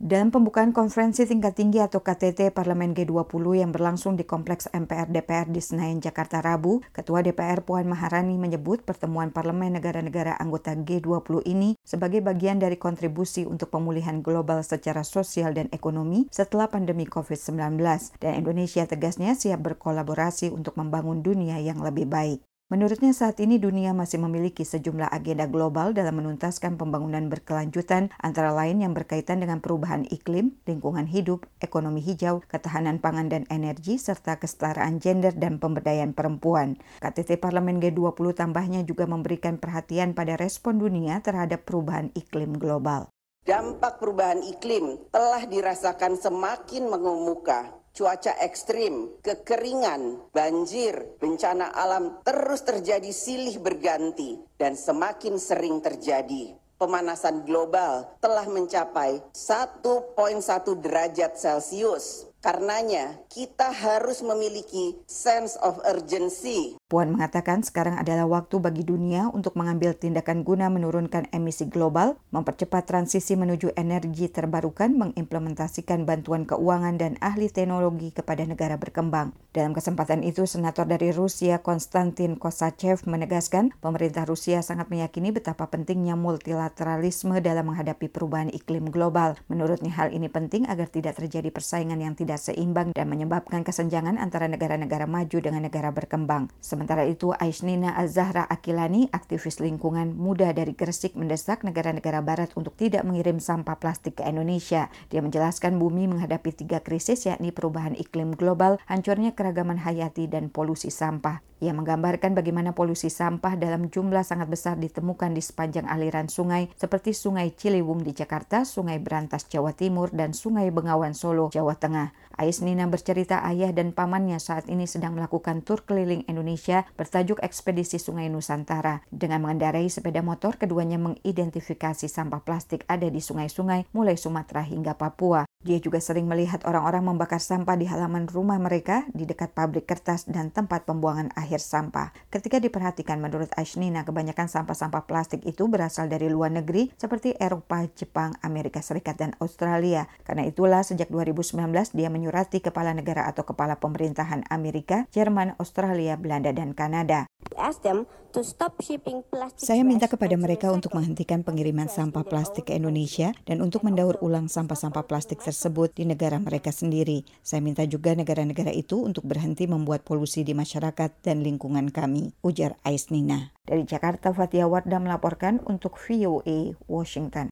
Dalam pembukaan konferensi tingkat tinggi atau KTT Parlemen G20 yang berlangsung di Kompleks MPR DPR di Senayan, Jakarta, Rabu, Ketua DPR Puan Maharani menyebut pertemuan parlemen negara-negara anggota G20 ini sebagai bagian dari kontribusi untuk pemulihan global secara sosial dan ekonomi setelah pandemi COVID-19, dan Indonesia tegasnya siap berkolaborasi untuk membangun dunia yang lebih baik. Menurutnya saat ini dunia masih memiliki sejumlah agenda global dalam menuntaskan pembangunan berkelanjutan, antara lain yang berkaitan dengan perubahan iklim, lingkungan hidup, ekonomi hijau, ketahanan pangan dan energi, serta kesetaraan gender dan pemberdayaan perempuan. KTT Parlemen G20 tambahnya juga memberikan perhatian pada respon dunia terhadap perubahan iklim global. Dampak perubahan iklim telah dirasakan semakin mengemuka. Cuaca ekstrim, kekeringan, banjir, bencana alam terus terjadi silih berganti dan semakin sering terjadi. Pemanasan global telah mencapai 1,1 derajat Celcius. Karenanya, kita harus memiliki sense of urgency. Puan mengatakan sekarang adalah waktu bagi dunia untuk mengambil tindakan guna menurunkan emisi global, mempercepat transisi menuju energi terbarukan, mengimplementasikan bantuan keuangan dan ahli teknologi kepada negara berkembang. Dalam kesempatan itu, Senator dari Rusia Konstantin Kosachev menegaskan pemerintah Rusia sangat meyakini betapa pentingnya multilateralisme dalam menghadapi perubahan iklim global. Menurutnya hal ini penting agar tidak terjadi persaingan yang tidak seimbang dan menyebabkan kesenjangan antara negara-negara maju dengan negara berkembang. Sementara itu, Aisnina Az-Zahra Akilani, aktivis lingkungan muda dari Gresik, mendesak negara-negara barat untuk tidak mengirim sampah plastik ke Indonesia. Dia menjelaskan bumi menghadapi 3 krisis, yakni perubahan iklim global, hancurnya keragaman hayati, dan polusi sampah. Ia menggambarkan bagaimana polusi sampah dalam jumlah sangat besar ditemukan di sepanjang aliran sungai seperti Sungai Ciliwung di Jakarta, Sungai Berantas Jawa Timur, dan Sungai Bengawan Solo, Jawa Tengah. Aisnina bercerita ayah dan pamannya saat ini sedang melakukan tur keliling Indonesia bertajuk Ekspedisi Sungai Nusantara. Dengan mengendarai sepeda motor, keduanya mengidentifikasi sampah plastik ada di sungai-sungai mulai Sumatera hingga Papua. Dia juga sering melihat orang-orang membakar sampah di halaman rumah mereka, di dekat pabrik kertas dan tempat pembuangan akhir sampah. Ketika diperhatikan, menurut Aisnina, kebanyakan sampah-sampah plastik itu berasal dari luar negeri seperti Eropa, Jepang, Amerika Serikat, dan Australia. Karena itulah sejak 2019 dia menyurati kepala negara atau kepala pemerintahan Amerika, Jerman, Australia, Belanda, dan Kanada. Saya minta kepada mereka untuk menghentikan pengiriman sampah plastik ke Indonesia dan untuk mendaur ulang sampah-sampah plastik tersebut di negara mereka sendiri. Saya minta juga negara-negara itu untuk berhenti membuat polusi di masyarakat dan lingkungan kami, ujar Aisnina. Dari Jakarta, Fathia Wardah melaporkan untuk VOA Washington.